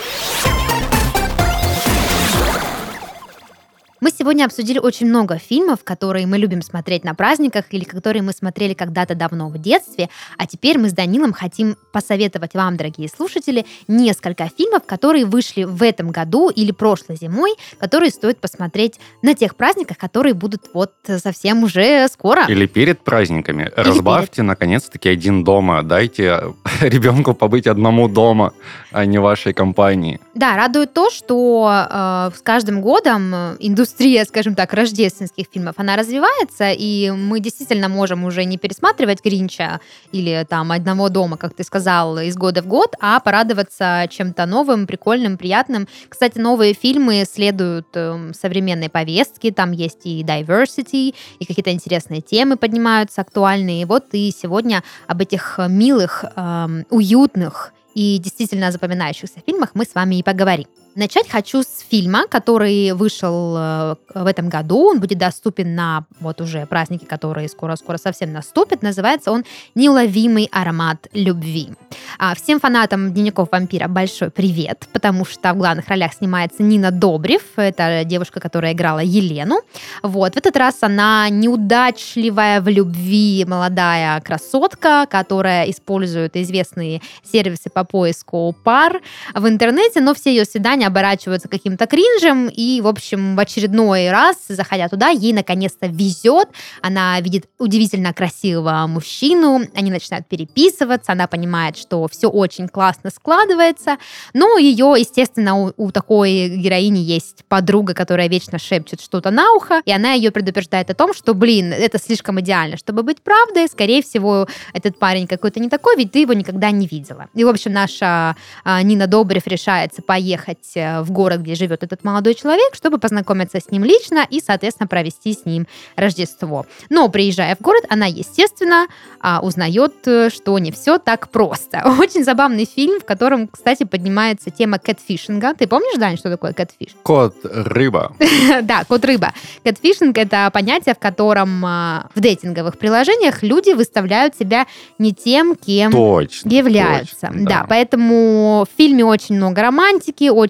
Мы сегодня обсудили очень много фильмов, которые мы любим смотреть на праздниках или которые мы смотрели когда-то давно в детстве, а теперь мы с Данилом хотим посоветовать вам, дорогие слушатели, несколько фильмов, которые вышли в этом году или прошлой зимой, которые стоит посмотреть на тех праздниках, которые будут вот совсем уже скоро. Или перед праздниками. Разбавьте, наконец-таки, один дома. Дайте ребенку побыть одному дома, а не вашей компании. Да, радует то, что э, с каждым годом э, индустрия, скажем так, рождественских фильмов, она развивается, и мы действительно можем уже не пересматривать «Гринча» или там «Одного дома», как ты сказал, из года в год, а порадоваться чем-то новым, прикольным, приятным. Кстати, новые фильмы следуют э, современной повестке, там есть и diversity, и какие-то интересные темы поднимаются, актуальные. И вот и сегодня об этих милых, э, уютных и действительно запоминающихся фильмах мы с вами и поговорим. Начать хочу с фильма, который вышел э, в этом году. Он будет доступен на вот уже праздники, которые скоро-скоро совсем наступят. Называется он «Неуловимый аромат любви». А всем фанатам «Дневников вампира» большой привет, потому что в главных ролях снимается Нина Добрев. Это девушка, которая играла Елену. Вот. В этот раз она неудачливая в любви молодая красотка, которая использует известные сервисы по поиску пар в интернете, но все ее свидания оборачиваются каким-то кринжем, и, в общем, в очередной раз, заходя туда, ей наконец-то везет, она видит удивительно красивого мужчину, они начинают переписываться, она понимает, что все очень классно складывается, но ее, естественно, у, у такой героини есть подруга, которая вечно шепчет что-то на ухо, и она ее предупреждает о том, что, блин, это слишком идеально, чтобы быть правдой, скорее всего, этот парень какой-то не такой, ведь ты его никогда не видела. И, в общем, наша а, Нина Добрев решается поехать в город, где живет этот молодой человек, чтобы познакомиться с ним лично и, соответственно, провести с ним Рождество. Но, приезжая в город, она, естественно, узнает, что не все так просто. Очень забавный фильм, в котором, кстати, поднимается тема кэтфишинга. Ты помнишь, Дань, что такое кэтфиш? Кот, рыба. Да, кот-рыба. Кэтфишинг — это понятие, в котором в дейтинговых приложениях люди выставляют себя не тем, кем Точно. являются. точно, Да, поэтому в фильме очень много романтики, очень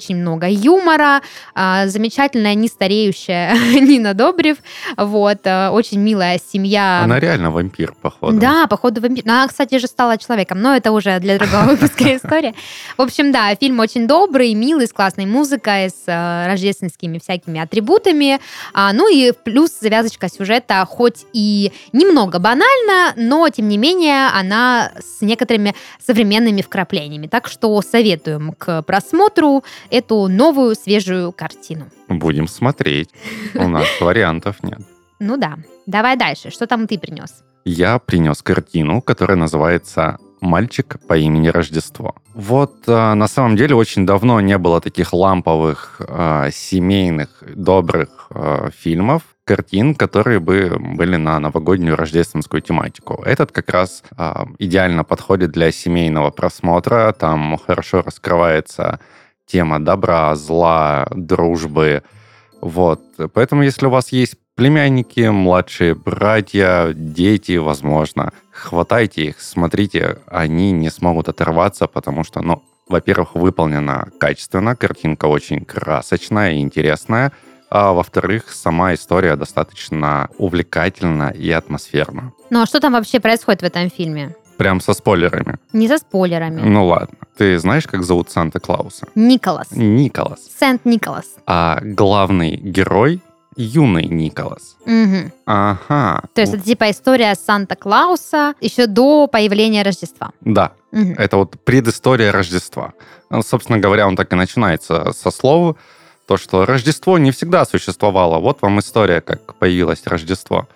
очень много юмора, замечательная, не стареющая Нина Добрев, вот, очень милая семья. Она реально вампир, походу. Да, походу вампир. Она, кстати же, стала человеком, но это уже для другого выпуска история. В общем, да, фильм очень добрый, милый, с классной музыкой, с рождественскими всякими атрибутами. Ну и плюс завязочка сюжета, хоть и немного банально, но, тем не менее, она с некоторыми современными вкраплениями. Так что советуем к просмотру эту новую свежую картину. Будем смотреть. У нас вариантов нет. Ну да. Давай дальше. Что там ты принес? Я принес картину, которая называется «Мальчик по имени Рождество». Вот на самом деле очень давно не было таких ламповых, семейных, добрых фильмов, картин, которые бы были на новогоднюю рождественскую тематику. Этот как раз идеально подходит для семейного просмотра. Там хорошо раскрывается тема добра, зла, дружбы. Вот. Поэтому, если у вас есть племянники, младшие братья, дети, возможно, хватайте их, смотрите, они не смогут оторваться, потому что, ну, во-первых, выполнена качественно, картинка очень красочная и интересная, а во-вторых, сама история достаточно увлекательна и атмосферна. Ну, а что там вообще происходит в этом фильме? Прям со спойлерами. Не со спойлерами. Ну ладно. Ты знаешь, как зовут Санта-Клауса? Николас. Николас. Сент-Николас. А главный герой юный Николас. Угу. Ага. То есть это типа история Санта-Клауса еще до появления Рождества. Да. Угу. Это вот предыстория Рождества. Ну, собственно говоря, он так и начинается со слова, то, что Рождество не всегда существовало. Вот вам история, как появилось Рождество.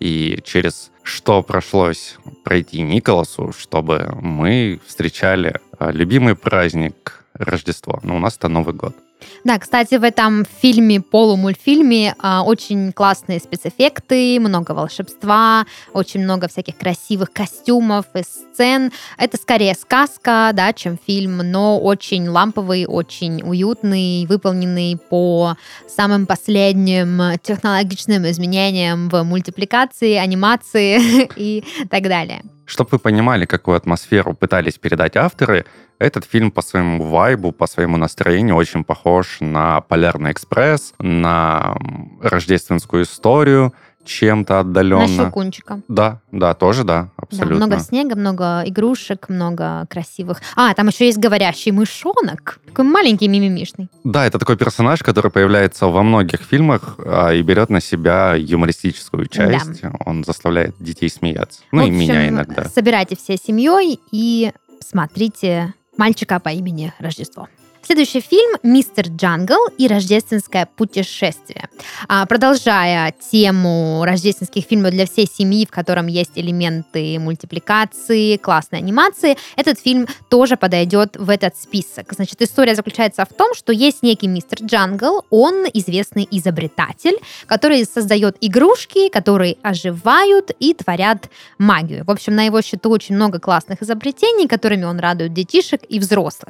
И через что пришлось пройти Николасу, чтобы мы встречали любимый праздник Рождество. Но у нас это Новый год. Да, кстати, в этом фильме, полумультфильме, очень классные спецэффекты, много волшебства, очень много всяких красивых костюмов и сцен. Это скорее сказка, да, чем фильм, но очень ламповый, очень уютный, выполненный по самым последним технологичным изменениям в мультипликации, анимации и так далее. Чтобы вы понимали, какую атмосферу пытались передать авторы, этот фильм по своему вайбу, по своему настроению очень похож на «Полярный экспресс», на рождественскую историю, чем-то отдаленно. На «Щелкунчика». Да, да, тоже да, абсолютно. Да, много снега, много игрушек, много красивых. А, там еще есть говорящий мышонок. Такой маленький мимимишный. Да, это такой персонаж, который появляется во многих фильмах а, и берет на себя юмористическую часть. Да. Он заставляет детей смеяться. Ну, в и общем, меня иногда. Собирайте всей семьей и смотрите «Мальчика по имени Рождество». Следующий фильм «Мистер Джангл» и «Рождественское путешествие». Продолжая тему рождественских фильмов для всей семьи, в котором есть элементы мультипликации, классной анимации, этот фильм тоже подойдет в этот список. Значит, история заключается в том, что есть некий мистер Джангл, он известный изобретатель, который создает игрушки, которые оживают и творят магию. В общем, на его счету очень много классных изобретений, которыми он радует детишек и взрослых.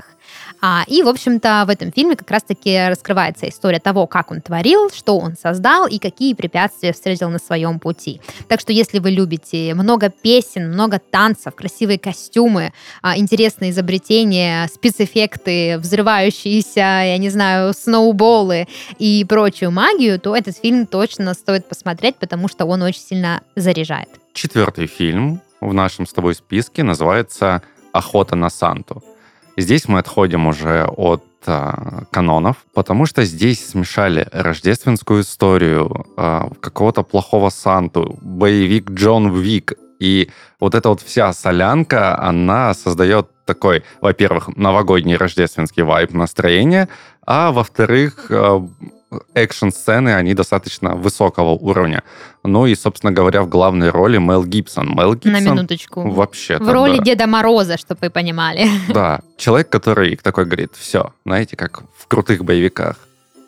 И, в общем, В-общем-то, в этом фильме как раз-таки раскрывается история того, как он творил, что он создал и какие препятствия встретил на своем пути. Так что, если вы любите много песен, много танцев, красивые костюмы, интересные изобретения, спецэффекты, взрывающиеся, я не знаю, сноуболы и прочую магию, то этот фильм точно стоит посмотреть, потому что он очень сильно заряжает. Четвертый фильм в нашем с тобой списке называется «Охота на Санту». Здесь мы отходим уже от а, канонов, потому что здесь смешали рождественскую историю, а, какого-то плохого Санту, боевик Джон Уик. И вот эта вот вся солянка, она создает такой, во-первых, новогодний рождественский вайб, настроение, а во-вторых, экшн-сцены, они достаточно высокого уровня. Ну и, собственно говоря, в главной роли Мел Гибсон. Мел Гибсон... На минуточку. Вообще-то, в роли да. Деда Мороза, чтобы вы понимали. Да, человек, который такой говорит, все, знаете, как в крутых боевиках.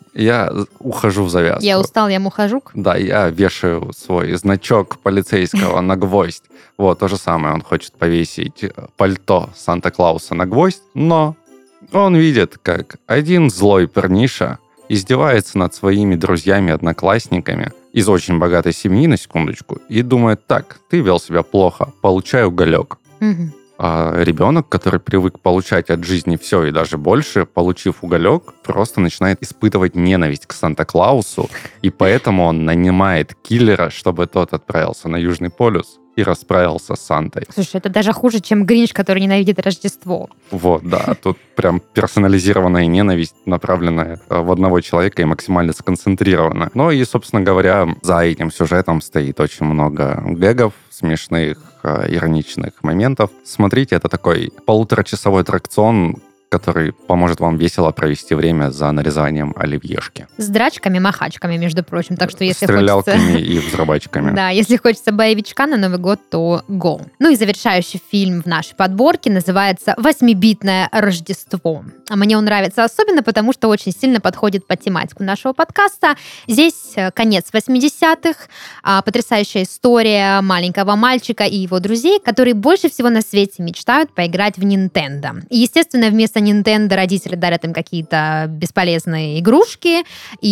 Я ухожу в завязку. Я устал, я мухожук. Да, я вешаю свой значок полицейского на гвоздь. Вот, то же самое. Он хочет повесить пальто Санта-Клауса на гвоздь, но он видит, как один злой парниша издевается над своими друзьями-одноклассниками из очень богатой семьи, на секундочку, и думает, так, ты вел себя плохо, получай уголек. Угу. А ребенок, который привык получать от жизни все и даже больше, получив уголек, просто начинает испытывать ненависть к Санта-Клаусу, и поэтому он нанимает киллера, чтобы тот отправился на Южный полюс и расправился с Сантой. Слушай, это даже хуже, чем Гринч, который ненавидит Рождество. Вот, да. Тут прям персонализированная ненависть, направленная в одного человека и максимально сконцентрирована. Ну и, собственно говоря, за этим сюжетом стоит очень много гэгов, смешных, ироничных моментов. Смотрите, это такой полуторачасовой аттракцион, который поможет вам весело провести время за нарезанием оливьешки. С драчками-махачками, между прочим. Так что если Стрелялками хочется... и взрывачками. Да, если хочется боевичка на Новый год, то go. Ну и завершающий фильм в нашей подборке называется «Восьмибитное Рождество». Мне он нравится особенно, потому что очень сильно подходит под тематику нашего подкаста. Здесь конец восьмидесятых, потрясающая история маленького мальчика и его друзей, которые больше всего на свете мечтают поиграть в Nintendo. И, естественно, вместо Nintendo родители дарят им какие-то бесполезные игрушки,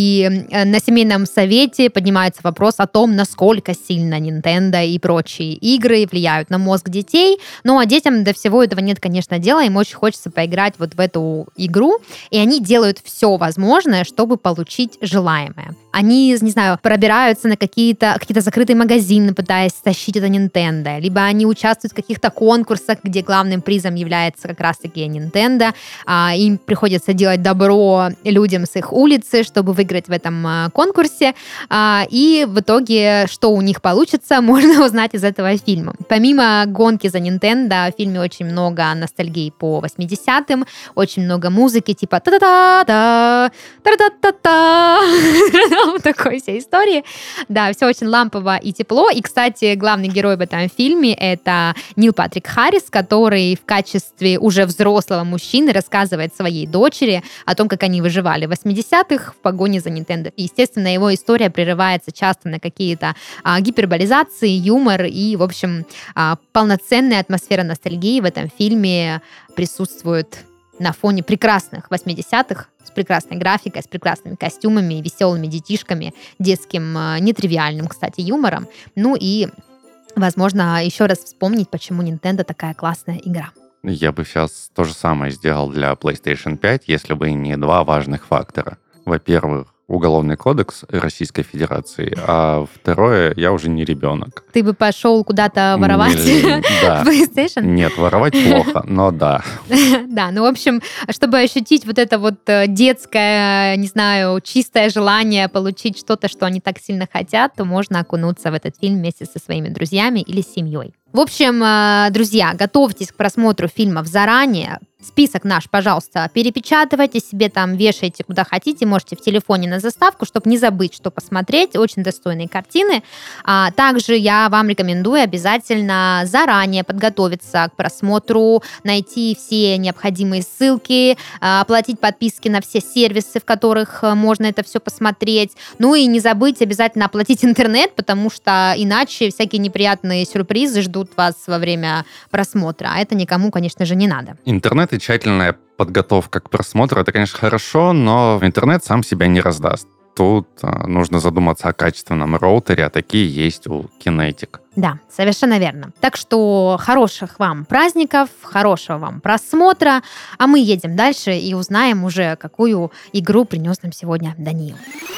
и на семейном совете поднимается вопрос о том, насколько сильно Nintendo и прочие игры влияют на мозг детей. Ну, а детям до всего этого нет, конечно, дела, им очень хочется поиграть вот в эту игру, и они делают все возможное, чтобы получить желаемое. Они, не знаю, пробираются на какие-то, какие-то закрытые магазины, пытаясь стащить это Nintendo, либо они участвуют в каких-то конкурсах, где главным призом является как раз-таки Nintendo. А, им приходится делать добро людям с их улицы, чтобы выиграть в этом а, конкурсе. А, и в итоге, что у них получится, можно узнать из этого фильма. Помимо гонки за Nintendo, в фильме очень много ностальгии по восьмидесятым, очень много музыки, типа та-та-та-та, та-та-та-та, вот такой всей истории. Да, все очень лампово и тепло. И, кстати, главный герой в этом фильме — это Нил Патрик Харрис, который в качестве уже взрослого мужчины рассказывает своей дочери о том, как они выживали в восьмидесятых в погоне за Nintendo. И, естественно, его история прерывается часто на какие-то а, гиперболизации, юмор и, в общем, а, полноценная атмосфера ностальгии в этом фильме присутствует на фоне прекрасных восьмидесятых, с прекрасной графикой, с прекрасными костюмами, веселыми детишками, детским, нетривиальным, кстати, юмором. Ну и, возможно, еще раз вспомнить, почему Nintendo такая классная игра. Я бы сейчас то же самое сделал для PlayStation пять, если бы не два важных фактора. Во-первых, Уголовный кодекс Российской Федерации, а второе, я уже не ребенок. Ты бы пошел куда-то воровать да. PlayStation? Нет, воровать плохо, но да. Да, ну, в общем, чтобы ощутить вот это вот детское, не знаю, чистое желание получить что-то, что они так сильно хотят, то можно окунуться в этот фильм вместе со своими друзьями или семьей. В общем, друзья, готовьтесь к просмотру фильмов заранее. Список наш, пожалуйста, перепечатывайте себе там, вешайте куда хотите, можете в телефоне на заставку, чтобы не забыть, что посмотреть. Очень достойные картины. А также я вам рекомендую обязательно заранее подготовиться к просмотру, найти все необходимые ссылки, оплатить подписки на все сервисы, в которых можно это все посмотреть. Ну и не забыть обязательно оплатить интернет, потому что иначе всякие неприятные сюрпризы ждут вас во время просмотра. А это никому, конечно же, не надо. Интернет и тщательная подготовка к просмотру — это, конечно, хорошо, но интернет сам себя не раздаст. Тут а, нужно задуматься о качественном роутере, а такие есть у Kinetic. Да, совершенно верно. Так что хороших вам праздников, хорошего вам просмотра, а мы едем дальше и узнаем уже, какую игру принес нам сегодня Даниил.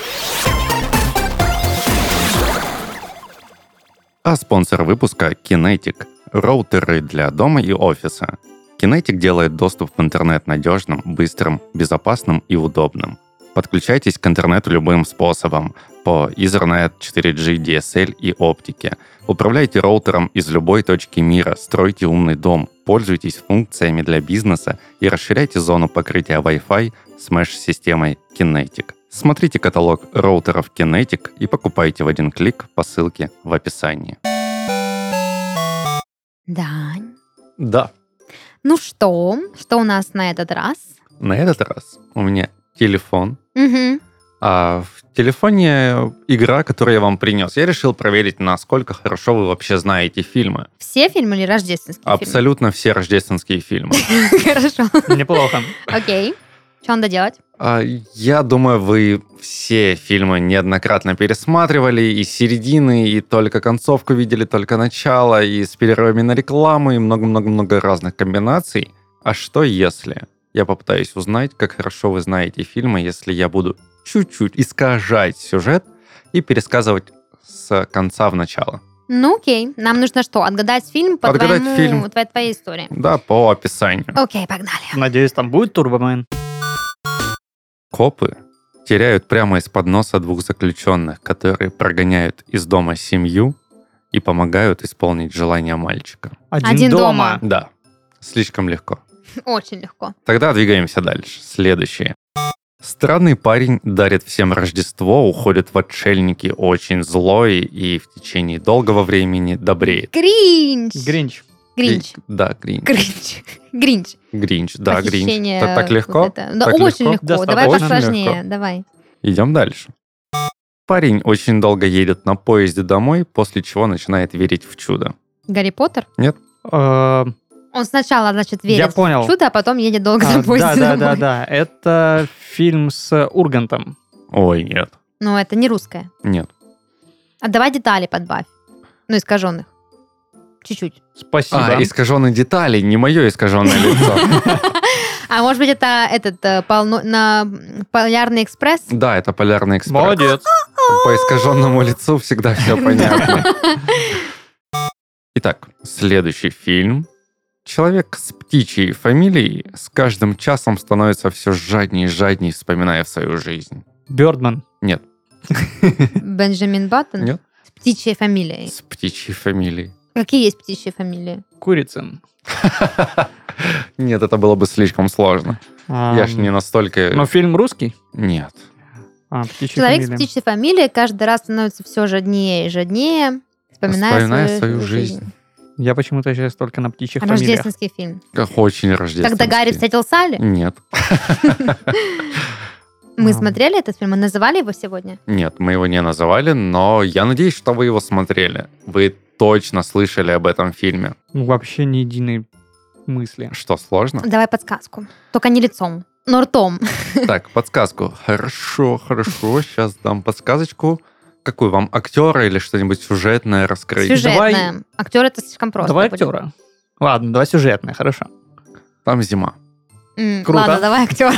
А спонсор выпуска — Kinetic. Роутеры для дома и офиса. Kinetic делает доступ в интернет надежным, быстрым, безопасным и удобным. Подключайтесь к интернету любым способом по Ethernet, четыре джи, ди эс эл и оптике. Управляйте роутером из любой точки мира, стройте умный дом, пользуйтесь функциями для бизнеса и расширяйте зону покрытия Wi-Fi с меш-системой Kinetic. Смотрите каталог роутеров Kinetic и покупайте в один клик по ссылке в описании. Дань. Да. Ну что, что у нас на этот раз? На этот раз у меня телефон. Угу. А в телефоне игра, которую я вам принес. Я решил проверить, насколько хорошо вы вообще знаете фильмы. Все фильмы или рождественские фильмы? Абсолютно все рождественские фильмы. Хорошо. Неплохо. Окей. Что надо делать? А, Я думаю, вы все фильмы неоднократно пересматривали, и середины, и только концовку видели, только начало, и с перерывами на рекламу, и много-много-много разных комбинаций. А что если я попытаюсь узнать, как хорошо вы знаете фильмы, если я буду чуть-чуть искажать сюжет и пересказывать с конца в начало? Ну, окей. Нам нужно что? Отгадать фильм по Отгадать твоему, фильм. твоей, твоей истории. Да, по описанию. Окей, погнали. Надеюсь, там будет Турбомен. Копы теряют прямо из-под носа двух заключенных, которые прогоняют из дома семью и помогают исполнить желание мальчика. Один, Один дома. дома. Да, слишком легко. Очень легко. Тогда двигаемся дальше. Следующее. Странный парень дарит всем Рождество, уходит в отшельники, очень злой и в течение долгого времени добреет. Гринч. Гринч. Гринч. Гри- Да, Гринч. Гринч. Гринч. Гринч, да, Гринч. Похищение Так, так легко? вот это. Да, Так очень легко? легко. Достаточно Давай легко. посложнее. Давай. Идем дальше. Парень очень долго едет на поезде домой, после чего начинает верить в чудо. Гарри Поттер? Э, Он сначала, значит, верит Я понял. в чудо, а потом едет долго а, на поезде Да, да, домой. да, да. Это фильм с Ургантом. Ой, нет, Ну, это не русское. нет. А давай детали подбавь. Ну, искаженных. Чуть-чуть. Спасибо. А, искаженные детали, не мое искаженное лицо. А может быть, это этот э, полно- на Полярный экспресс? Да, это Полярный экспресс. Молодец. По искаженному лицу всегда все понятно. Итак, следующий фильм. Человек с птичьей фамилией с каждым часом становится все жаднее и жаднее, вспоминая свою жизнь. Бёрдман. Нет, Бенджамин Баттон? Нет. С птичьей фамилией. с птичьей фамилией. Какие есть птичьи фамилии? Курицын. Нет, это было бы слишком сложно. Я ж не настолько... Но фильм русский? Нет. А, птичья Человек фамилия. с птичьей фамилией каждый раз становится все жаднее и жаднее, вспоминая, Вспоминая свою, свою жизнь. жизнь. Я почему-то сейчас только на птичьих фамилиях. Рождественский фильм. Как очень рождественский. Когда Гарри встретил Салли? Нет. Мы А. смотрели этот фильм, мы называли его сегодня? Нет, мы его не называли, но я надеюсь, что вы его смотрели. Вы точно слышали об этом фильме. Ну, вообще ни единой мысли. Что, сложно? Давай подсказку. Только не лицом, но ртом. Так, подсказку. Хорошо, хорошо. Сейчас дам подсказочку. Какую вам, актера или что-нибудь сюжетное раскрыть? Сюжетное. Актер это слишком просто. Давай будет. актера. Ладно, давай сюжетное, хорошо. Там зима. М, Круто. Ладно, давай актера.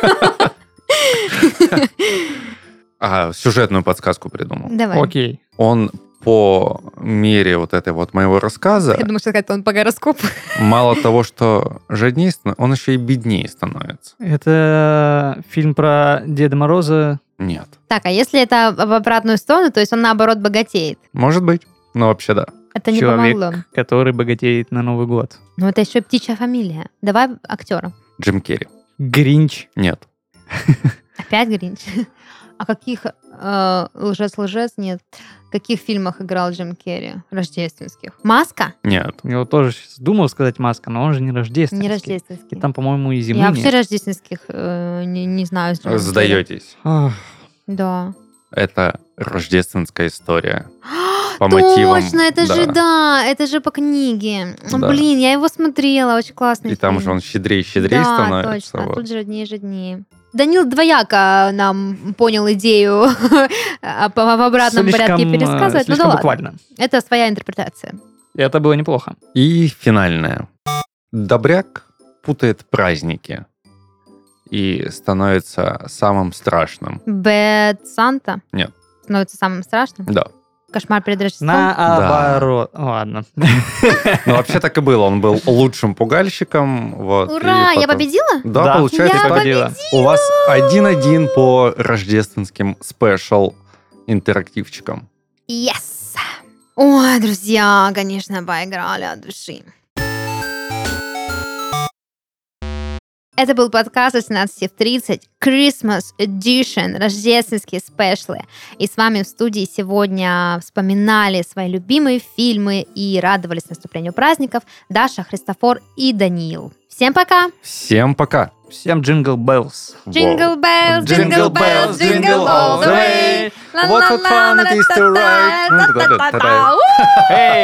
А, сюжетную подсказку придумал. Давай. Окей. Он по мере вот этой вот моего рассказа, Я думаю, что сказать, он по гороскопу. мало того, что жаднее, станов- он еще и беднее становится. Это фильм про Деда Мороза. Нет. Так, а если это в обратную сторону, то есть он наоборот богатеет? Может быть. Но вообще да. Это не Человек, помогло. который богатеет на Новый год. Но это еще и птичья фамилия. Давай актера. Джим Керри. Гринч. Нет. Опять Гринч. А каких э, лжец-лжец нет? В каких фильмах играл Джим Керри? Рождественских. Маска? Нет. Я вот тоже сейчас думал сказать маска, но он же не рождественский. Не И рождественский. там, по-моему, и зимы Я вообще нет. рождественских э, не, не знаю. с Джимом Керри. Сдаетесь. Ах, Да. Это рождественская история. По мотивам, Точно, это же, да. да, это же по книге. Да. Блин, я его смотрела, очень классный И там фильм. же он щедрее и щедрее да, становится. точно, вот. тут жаднее, жаднее. Данил двояко нам понял идею а по- в обратном слишком, порядке э, пересказывать. Ну да слишком ладно, буквально. это своя интерпретация. И это было неплохо. И финальное. Добряк путает праздники и становится самым страшным. Бэд Санта? Нет. Становится самым страшным? Да. Кошмар перед Рождеством? Наоборот. Ладно. Ну, вообще так и было. Он был лучшим пугальщиком. Вот, Ура, и я потом- победила? Да, Да. получается, Я так. победила. У вас один-один по рождественским спешл интерактивчикам. Yes! Ой, друзья, конечно, поиграли от души. Это был подкаст восемнадцать в тридцать, Christmas Edition, рождественские спешлы. И с вами в студии сегодня вспоминали свои любимые фильмы и радовались наступлению праздников Даша, Христофор и Даниил. Всем пока! Всем пока! Всем джингл беллс. Jingle bells, jingle bells, jingle all the way. What a fun it is to ride. Ла-ла-ла-ла-ла-ла-ла-ла. Эй!